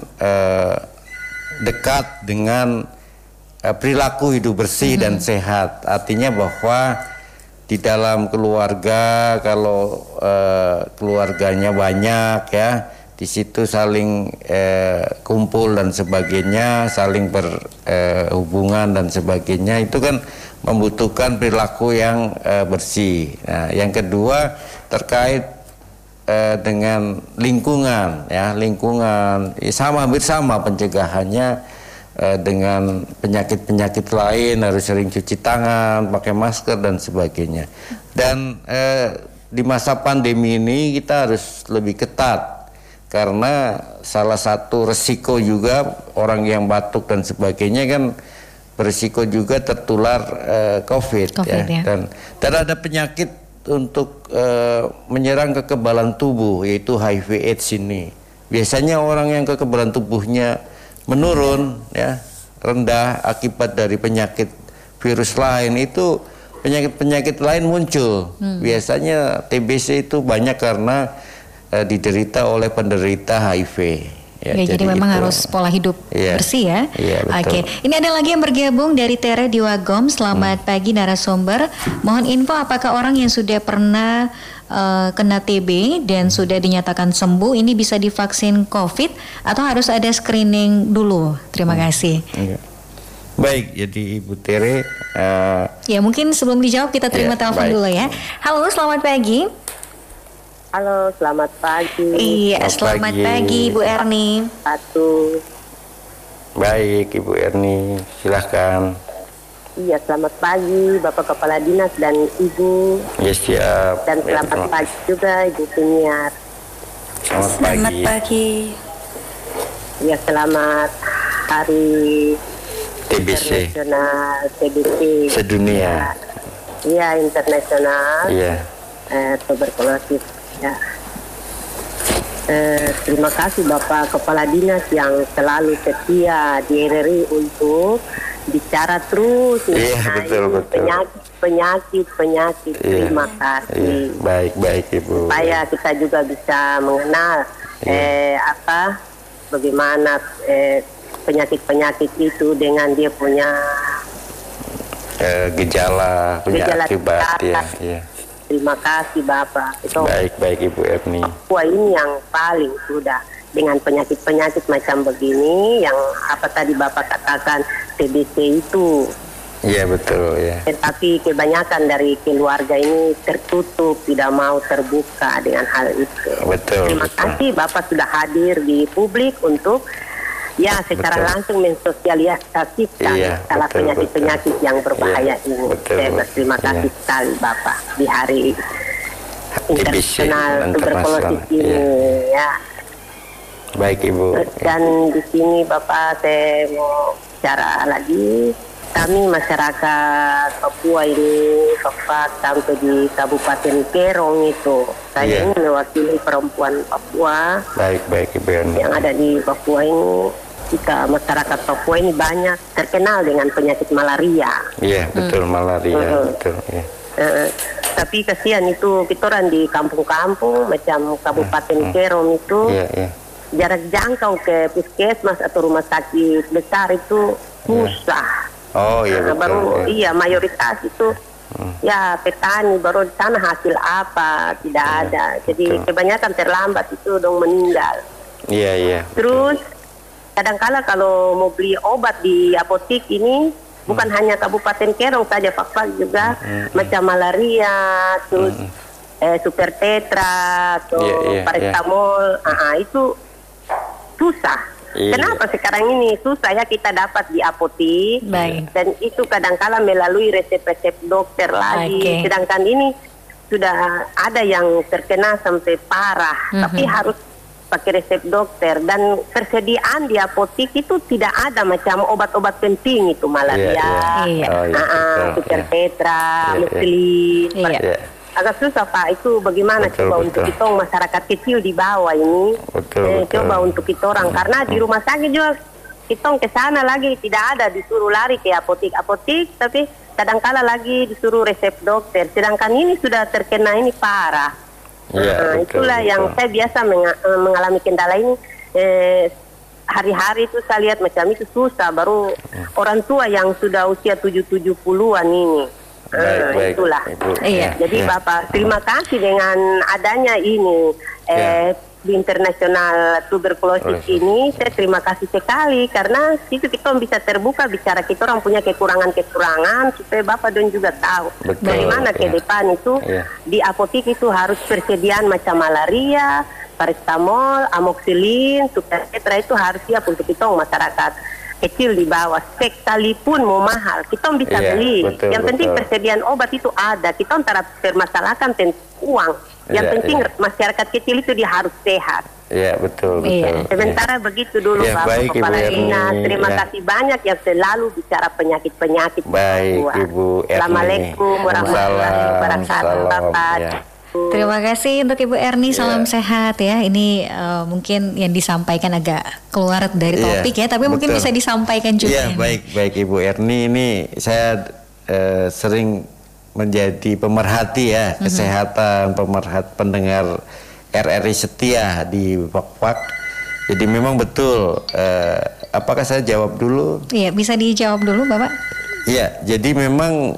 dekat dengan perilaku hidup bersih dan sehat. Artinya bahwa di dalam keluarga kalau keluarganya banyak ya, di situ saling kumpul dan sebagainya, saling berhubungan dan sebagainya, itu kan membutuhkan perilaku yang bersih. Nah, yang kedua terkait dengan lingkungan ya, hampir sama pencegahannya dengan penyakit-penyakit lain, harus sering cuci tangan, pakai masker dan sebagainya. Dan di masa pandemi ini kita harus lebih ketat karena salah satu resiko juga orang yang batuk dan sebagainya kan berisiko juga tertular COVID ya. Dan ada penyakit untuk menyerang kekebalan tubuh, yaitu HIV/AIDS ini. Biasanya orang yang kekebalan tubuhnya menurun ya, rendah akibat dari penyakit virus lain, itu penyakit-penyakit lain muncul. Biasanya TBC itu banyak karena diderita oleh penderita HIV. Ya, jadi memang harus pola hidup bersih ya. Oke, ini ada lagi yang bergabung dari Tere di Wagom. Selamat pagi narasumber. Mohon info apakah orang yang sudah pernah kena TB dan sudah dinyatakan sembuh ini bisa divaksin COVID atau harus ada screening dulu? Terima kasih. Baik, jadi Ibu Tere. Ya mungkin sebelum dijawab kita terima telepon dulu ya. Halo, selamat pagi. Halo, selamat pagi. Iya, selamat pagi Bu Erni. Baik, Ibu Erni, silahkan. Iya, selamat pagi Bapak Kepala Dinas dan Ibu. Ya, siap. Dan selamat pagi juga Ibu Senior. Selamat pagi. Ya, selamat Hari TBC Internasional TBC sedunia. Iya, internasional. Iya. Tuberkulosis. Ya. Terima kasih Bapak Kepala Dinas yang selalu setia di RRI untuk bicara terus mengenai penyakit. Terima kasih. Baik Ibu. Supaya kita juga bisa mengenal bagaimana penyakit itu dengan dia punya gejala akibat ya. Terima kasih Bapak. Itu baik Ibu Erni. Papua ini yang paling sudah dengan penyakit macam begini yang apa tadi Bapak katakan TBC itu. Iya betul ya. Tetapi kebanyakan dari keluarga ini tertutup, tidak mau terbuka dengan hal itu. Betul. Terima kasih Bapak sudah hadir di publik untuk secara langsung mensosialisasikan salah penyakit-penyakit yang berbahaya ini. Saya berterima kasih sekali Bapak di Hari Internasional Tuberkulosis ini. Baik Ibu. Dan di sini Bapak saya mau bicara lagi. Kami masyarakat Papua ini sampai di Kabupaten Kerong itu. Saya ini mewakili perempuan Papua. Baik Ibu Erni. Yang ada di Papua ini, kita masyarakat Papua ini banyak terkenal dengan penyakit malaria. Iya betul malaria betul. Ya. Tapi kasihan itu kita orang di kampung-kampung macam Kabupaten Kerong itu jarak jangkau ke puskesmas atau rumah sakit besar itu susah. Oh iya betul. Baru mayoritas itu petani baru di sana hasil apa tidak ada. Jadi kebanyakan terlambat itu dong meninggal. Iya. Terus kadang-kala kalau mau beli obat di apotek ini bukan hanya Kabupaten Kerong saja Pak juga macam malaria terus super tetra atau paracetamol itu susah. Kenapa sekarang ini susah kita dapat di apotek dan itu kadang-kala melalui resep-resep dokter lagi. Sedangkan ini sudah ada yang terkena sampai parah tapi harus pakai resep dokter dan persediaan di apotek itu tidak ada macam obat-obat penting itu malaria, super tetra, meslin. Agak susah Pak, itu bagaimana coba untuk kita masyarakat kecil di bawah ini coba untuk kita orang karena di rumah sakit juga kita ke sana lagi tidak ada, disuruh lari ke apotek tapi kadang-kala lagi disuruh resep dokter sedangkan ini sudah terkena ini parah. Itulah yang saya biasa mengalami kendala ini hari-hari itu saya lihat macam itu susah baru orang tua yang sudah usia 70-an ini. Itulah. Jadi Bapak terima kasih dengan adanya ini internasional tuberkulosis ini. Saya terima kasih sekali karena situ kita bisa terbuka bicara kita orang punya kekurangan supaya Bapak dan juga tahu bagaimana ke depan itu di apotek itu harus persediaan macam malaria, paracetamol, amoxicillin, super tetra itu harus siap untuk kita masyarakat kecil di bawah, sekalipun mau mahal, kita bisa beli. Yang penting persediaan obat itu ada. Kita antara permasalahkan tentang uang. Yang penting masyarakat kecil itu dia harus sehat. Iya betul. Sementara begitu dulu Bapak Kepala Dinas. Terima kasih banyak yang selalu bicara penyakit-penyakit. Baik Ibu Erni. Assalamualaikum warahmatullahi wabarakatuh Bapak. Terima kasih untuk Ibu Erni, salam sehat ya. Ini mungkin yang disampaikan agak keluar dari topik tapi mungkin bisa disampaikan juga. Baik Ibu Erni, ini saya sering menjadi pemerhati kesehatan, pemerhati pendengar RRI setia di Wak-Wak. Jadi memang betul. Apakah saya jawab dulu? Iya, bisa dijawab dulu Bapak. Iya, jadi memang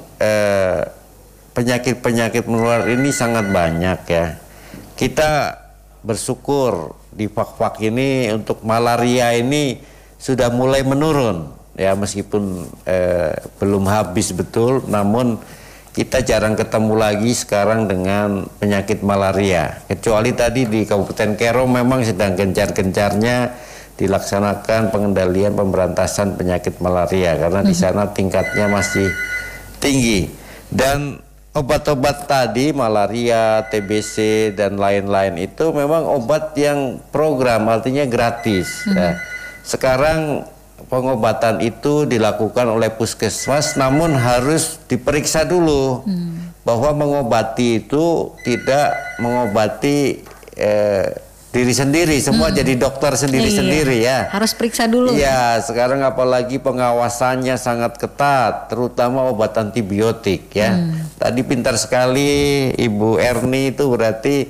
penyakit-penyakit menular ini sangat banyak ya. Kita bersyukur di Wak-Wak ini untuk malaria ini sudah mulai menurun ya meskipun belum habis betul, namun kita jarang ketemu lagi sekarang dengan penyakit malaria. Kecuali tadi di Kabupaten Kerong memang sedang gencar-gencarnya dilaksanakan pengendalian pemberantasan penyakit malaria karena di sana tingkatnya masih tinggi. Dan obat-obat tadi malaria, TBC dan lain-lain itu memang obat yang program, artinya gratis. Ya. Sekarang pengobatan itu dilakukan oleh puskesmas, namun harus diperiksa dulu bahwa mengobati itu tidak mengobati diri sendiri, semua jadi dokter sendiri-sendiri ya. Harus periksa dulu. Iya, sekarang apalagi pengawasannya sangat ketat, terutama obat antibiotik ya. Tadi pintar sekali Ibu Erni itu berarti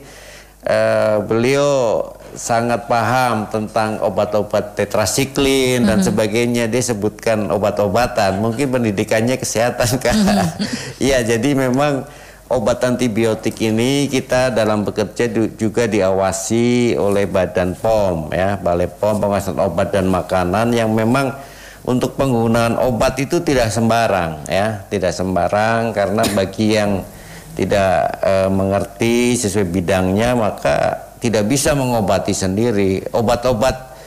beliau sangat paham tentang obat-obat tetrasiklin dan sebagainya. Dia sebutkan obat-obatan, mungkin pendidikannya kesehatan kan. Iya, jadi memang obat antibiotik ini kita dalam bekerja juga diawasi oleh Badan POM ya, Balai POM Pengawasan Obat dan Makanan, yang memang untuk penggunaan obat itu tidak sembarang ya, tidak sembarang, karena bagi yang tidak mengerti sesuai bidangnya maka tidak bisa mengobati sendiri. Obat-obat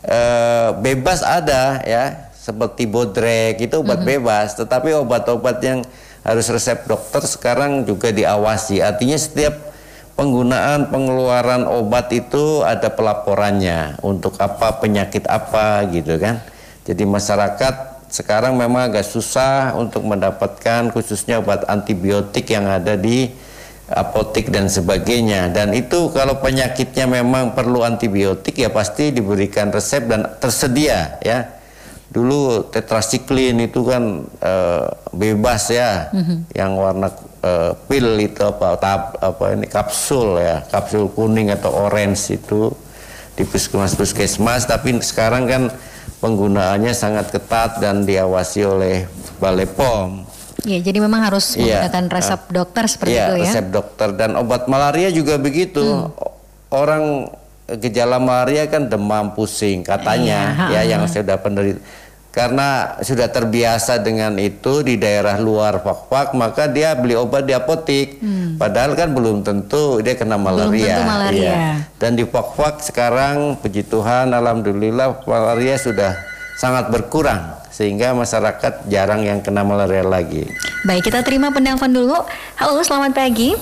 bebas ada ya, seperti Bodrek itu obat bebas, tetapi obat-obat yang harus resep dokter sekarang juga diawasi. Artinya setiap penggunaan pengeluaran obat itu ada pelaporannya, untuk apa, penyakit apa gitu kan. Jadi masyarakat sekarang memang agak susah untuk mendapatkan khususnya obat antibiotik yang ada di apotek dan sebagainya. Dan itu kalau penyakitnya memang perlu antibiotik ya pasti diberikan resep dan tersedia ya. Dulu tetrasiklin itu kan bebas ya, yang warna pil itu apa ini kapsul ya, kapsul kuning atau orange itu di puskesmas. Tapi sekarang kan penggunaannya sangat ketat dan diawasi oleh Balai POM. Ya, jadi memang harus menggunakan resep dokter seperti itu ya. Resep dokter. Dan obat malaria juga begitu. Orang gejala malaria kan demam, pusing katanya yang sudah penderita. Karena sudah terbiasa dengan itu di daerah luar Fak-Fak, maka dia beli obat di apotek. Padahal kan belum tentu dia kena malaria. Belum tentu malaria. Ya. Dan di Fak-Fak sekarang puji Tuhan alhamdulillah malaria sudah sangat berkurang, sehingga masyarakat jarang yang kena malaria lagi. Baik, kita terima penelpon dulu. Halo, selamat pagi.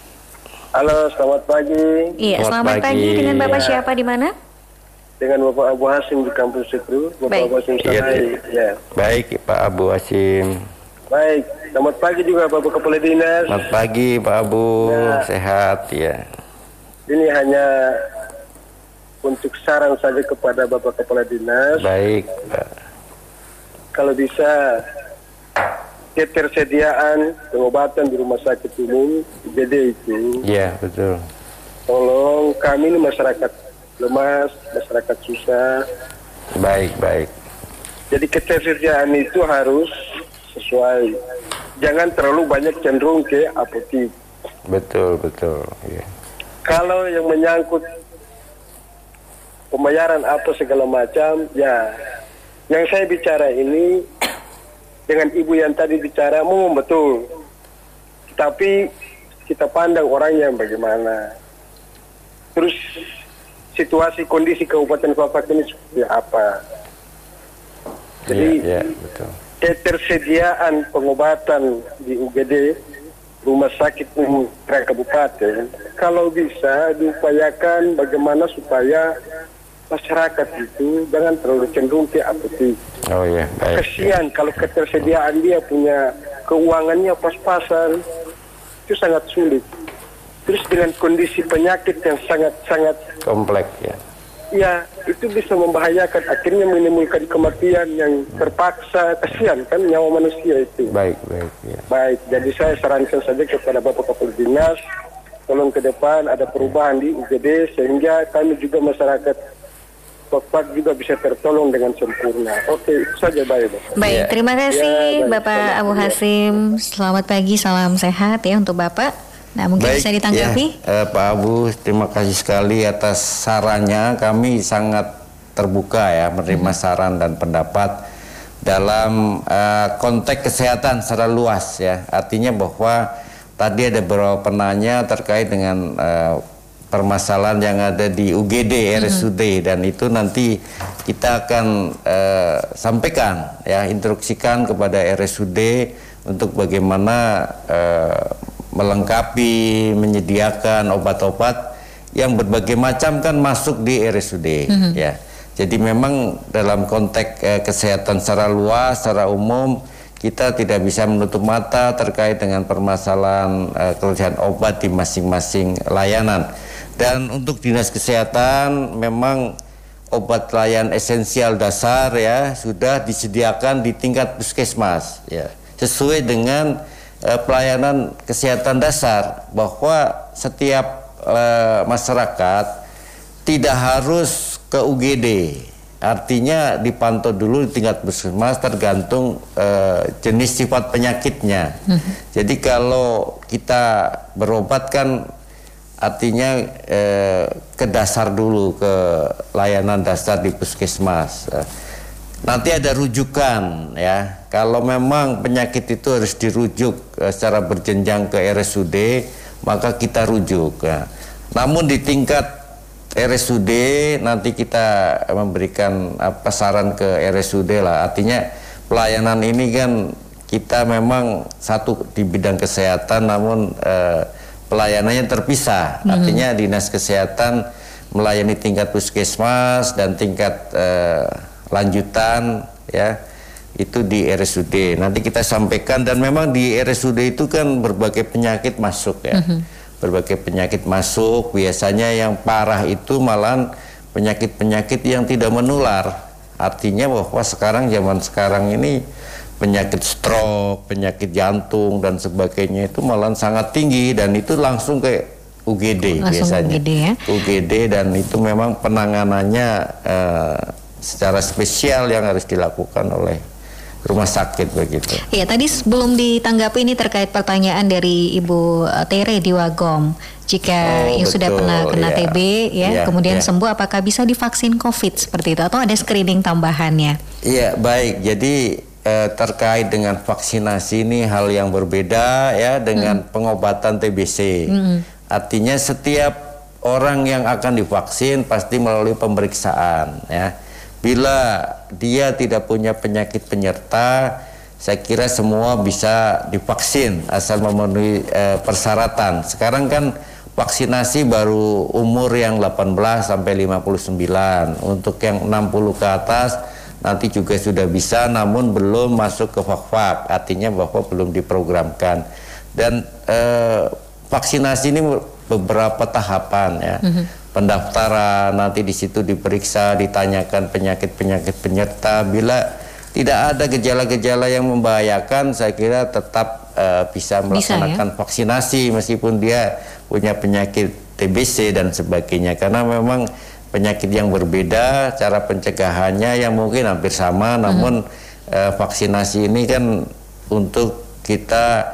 Halo, selamat pagi. Iya, selamat pagi. Dengan Bapak siapa di mana? Dengan Bapak Abu Hasim di Kampung Sekru. Bapak Abu Hasim Sanai. Ya. Baik, Pak Abu Hasim. Baik, selamat pagi juga Bapak Kepala Dinas. Selamat pagi Pak Abu, sehat ya. Ini hanya untuk saran saja kepada Bapak Kepala Dinas. Baik, Pak. Kalau bisa ketersediaan pengobatan di rumah sakit umum IGD itu. Iya, betul. Tolong, kami ini masyarakat lemas, masyarakat susah. Baik. Jadi ketersediaan itu harus sesuai. Jangan terlalu banyak cenderung ke apotek. Betul. Ya. Kalau yang menyangkut pembayaran apa segala macam, ya. Yang saya bicara ini dengan ibu yang tadi bicara betul. Tapi kita pandang orangnya bagaimana. Terus situasi kondisi Kabupaten Fak-Fak ini seperti apa. Jadi betul. Ketersediaan pengobatan di UGD Rumah Sakit Umum Kabupaten, kalau bisa diupayakan bagaimana supaya masyarakat itu jangan terlalu cenderung ke apotek. Oh ya, baik. Kasihan kalau ketersediaan dia punya keuangannya pas-pasan, itu sangat sulit. Terus dengan kondisi penyakit yang sangat-sangat kompleks ya. Ya, itu bisa membahayakan, akhirnya menimbulkan kematian yang terpaksa. Kasihan kan nyawa manusia itu. Baik. Ya. Baik, jadi saya sarankan saja kepada Bapak Kepala Dinas, tolong ke depan ada perubahan di UGD sehingga kami juga masyarakat Fak-Fak juga bisa tertolong dengan sempurna. Oke, itu saja baik. Baik, terima kasih Bapak Abu Hasim. Selamat pagi, salam sehat ya untuk Bapak. Nah, mungkin bisa ditanggapi. Pak Abu, terima kasih sekali atas sarannya. Kami sangat terbuka ya menerima saran dan pendapat dalam konteks kesehatan secara luas ya. Artinya bahwa tadi ada beberapa penanya terkait dengan permasalahan yang ada di UGD, RSUD, dan itu nanti kita akan sampaikan ya, instruksikan kepada RSUD untuk bagaimana melengkapi, menyediakan obat-obat yang berbagai macam kan masuk di RSUD ya. Jadi memang dalam konteks kesehatan secara luas, secara umum kita tidak bisa menutup mata terkait dengan permasalahan kelangkaan obat di masing-masing layanan. Dan untuk dinas kesehatan memang obat layan esensial dasar ya sudah disediakan di tingkat puskesmas ya, sesuai dengan pelayanan kesehatan dasar, bahwa setiap masyarakat tidak harus ke UGD. Artinya dipantau dulu di tingkat puskesmas tergantung jenis sifat penyakitnya. Jadi kalau kita berobat kan artinya ke dasar dulu, ke layanan dasar di puskesmas. Nanti ada rujukan ya. Kalau memang penyakit itu harus dirujuk secara berjenjang ke RSUD, maka kita rujuk ya. Namun di tingkat RSUD nanti kita memberikan saran ke RSUD lah. Artinya pelayanan ini kan kita memang satu di bidang kesehatan, namun pelayanannya terpisah. Artinya dinas kesehatan melayani tingkat puskesmas dan tingkat lanjutan ya itu di RSUD. Nanti kita sampaikan, dan memang di RSUD itu kan berbagai penyakit masuk ya. Berbagai penyakit masuk, biasanya yang parah itu malah penyakit-penyakit yang tidak menular. Artinya bahwa zaman sekarang ini penyakit stroke, penyakit jantung dan sebagainya itu malah sangat tinggi, dan itu langsung ke UGD biasanya. UGD, ya? UGD, dan itu memang penanganannya secara spesial yang harus dilakukan oleh rumah sakit begitu. Ya, tadi sebelum ditanggapi ini terkait pertanyaan dari Ibu Tere di Wagom. Jika yang sudah pernah kena TB ya, kemudian sembuh, apakah bisa divaksin COVID seperti itu atau ada screening tambahannya? Iya, baik. Jadi terkait dengan vaksinasi ini hal yang berbeda ya dengan pengobatan TBC. Artinya setiap orang yang akan divaksin pasti melalui pemeriksaan ya. Bila dia tidak punya penyakit penyerta, saya kira semua bisa divaksin asal memenuhi persyaratan. Sekarang kan vaksinasi baru umur yang 18 sampai 59. Untuk yang 60 ke atas nanti juga sudah bisa, namun belum masuk ke fak-fak, artinya bahwa belum diprogramkan. Dan vaksinasi ini beberapa tahapan ya. Pendaftaran, nanti di situ diperiksa, ditanyakan penyakit-penyakit penyerta. Bila tidak ada gejala-gejala yang membahayakan, saya kira tetap bisa melaksanakan vaksinasi meskipun dia punya penyakit TBC dan sebagainya, karena memang penyakit yang berbeda, cara pencegahannya yang mungkin hampir sama, namun vaksinasi ini kan untuk kita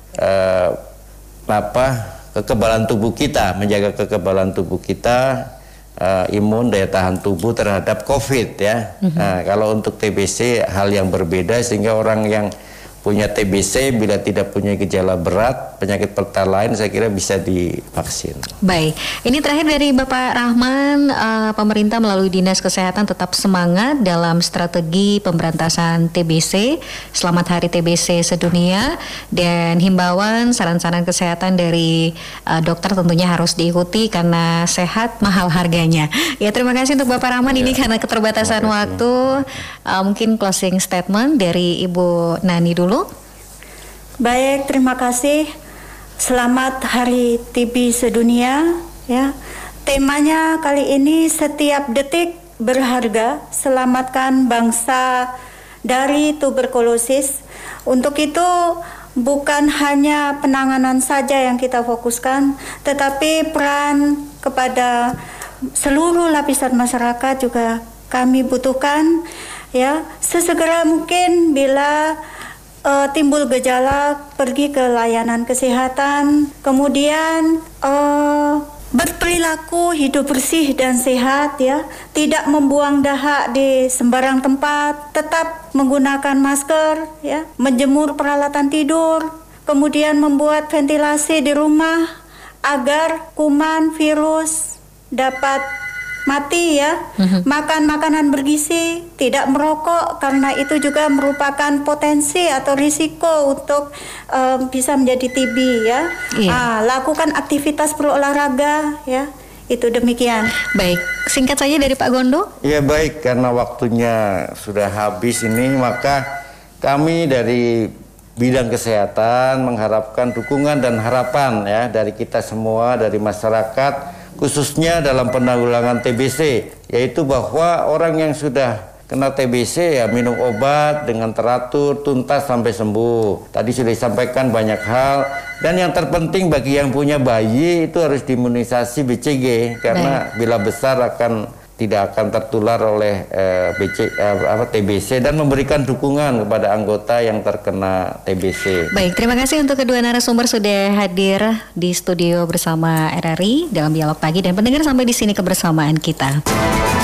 kekebalan tubuh kita, menjaga kekebalan tubuh kita, imun, daya tahan tubuh terhadap COVID ya. Nah, kalau untuk TBC hal yang berbeda, sehingga orang yang punya TBC bila tidak punya gejala berat, penyakit penyerta lain, saya kira bisa divaksin. Baik, ini terakhir dari Bapak Rahman, pemerintah melalui Dinas Kesehatan tetap semangat dalam strategi pemberantasan TBC. Selamat Hari TBC Sedunia, dan himbauan saran-saran kesehatan dari dokter tentunya harus diikuti karena sehat mahal harganya. Ya, terima kasih untuk Bapak Rahman ini karena keterbatasan waktu. Mungkin closing statement dari Ibu Nani dulu. Baik, terima kasih. Selamat Hari TB Sedunia ya. Temanya kali ini setiap detik berharga, selamatkan bangsa dari tuberkulosis. Untuk itu bukan hanya penanganan saja yang kita fokuskan, tetapi peran kepada seluruh lapisan masyarakat juga kami butuhkan ya. Sesegera mungkin bila timbul gejala, pergi ke layanan kesehatan, kemudian berperilaku hidup bersih dan sehat ya, tidak membuang dahak di sembarang tempat, tetap menggunakan masker ya, menjemur peralatan tidur, kemudian membuat ventilasi di rumah agar kuman, virus dapat mati ya. Makan makanan bergizi, tidak merokok karena itu juga merupakan potensi atau risiko untuk bisa menjadi TB ya. Lakukan aktivitas berolahraga ya. Itu demikian. Baik, singkat saja dari Pak Gondo. Ya baik, karena waktunya sudah habis ini, maka kami dari bidang kesehatan mengharapkan dukungan dan harapan ya dari kita semua, dari masyarakat, khususnya dalam penanggulangan TBC, yaitu bahwa orang yang sudah kena TBC ya minum obat dengan teratur, tuntas sampai sembuh. Tadi sudah disampaikan banyak hal, dan yang terpenting bagi yang punya bayi itu harus diimunisasi BCG, karena bila besar tidak akan tertular oleh TBC, dan memberikan dukungan kepada anggota yang terkena TBC. Baik, terima kasih untuk kedua narasumber sudah hadir di studio bersama RRI dalam Dialog Pagi, dan pendengar sampai di sini kebersamaan kita.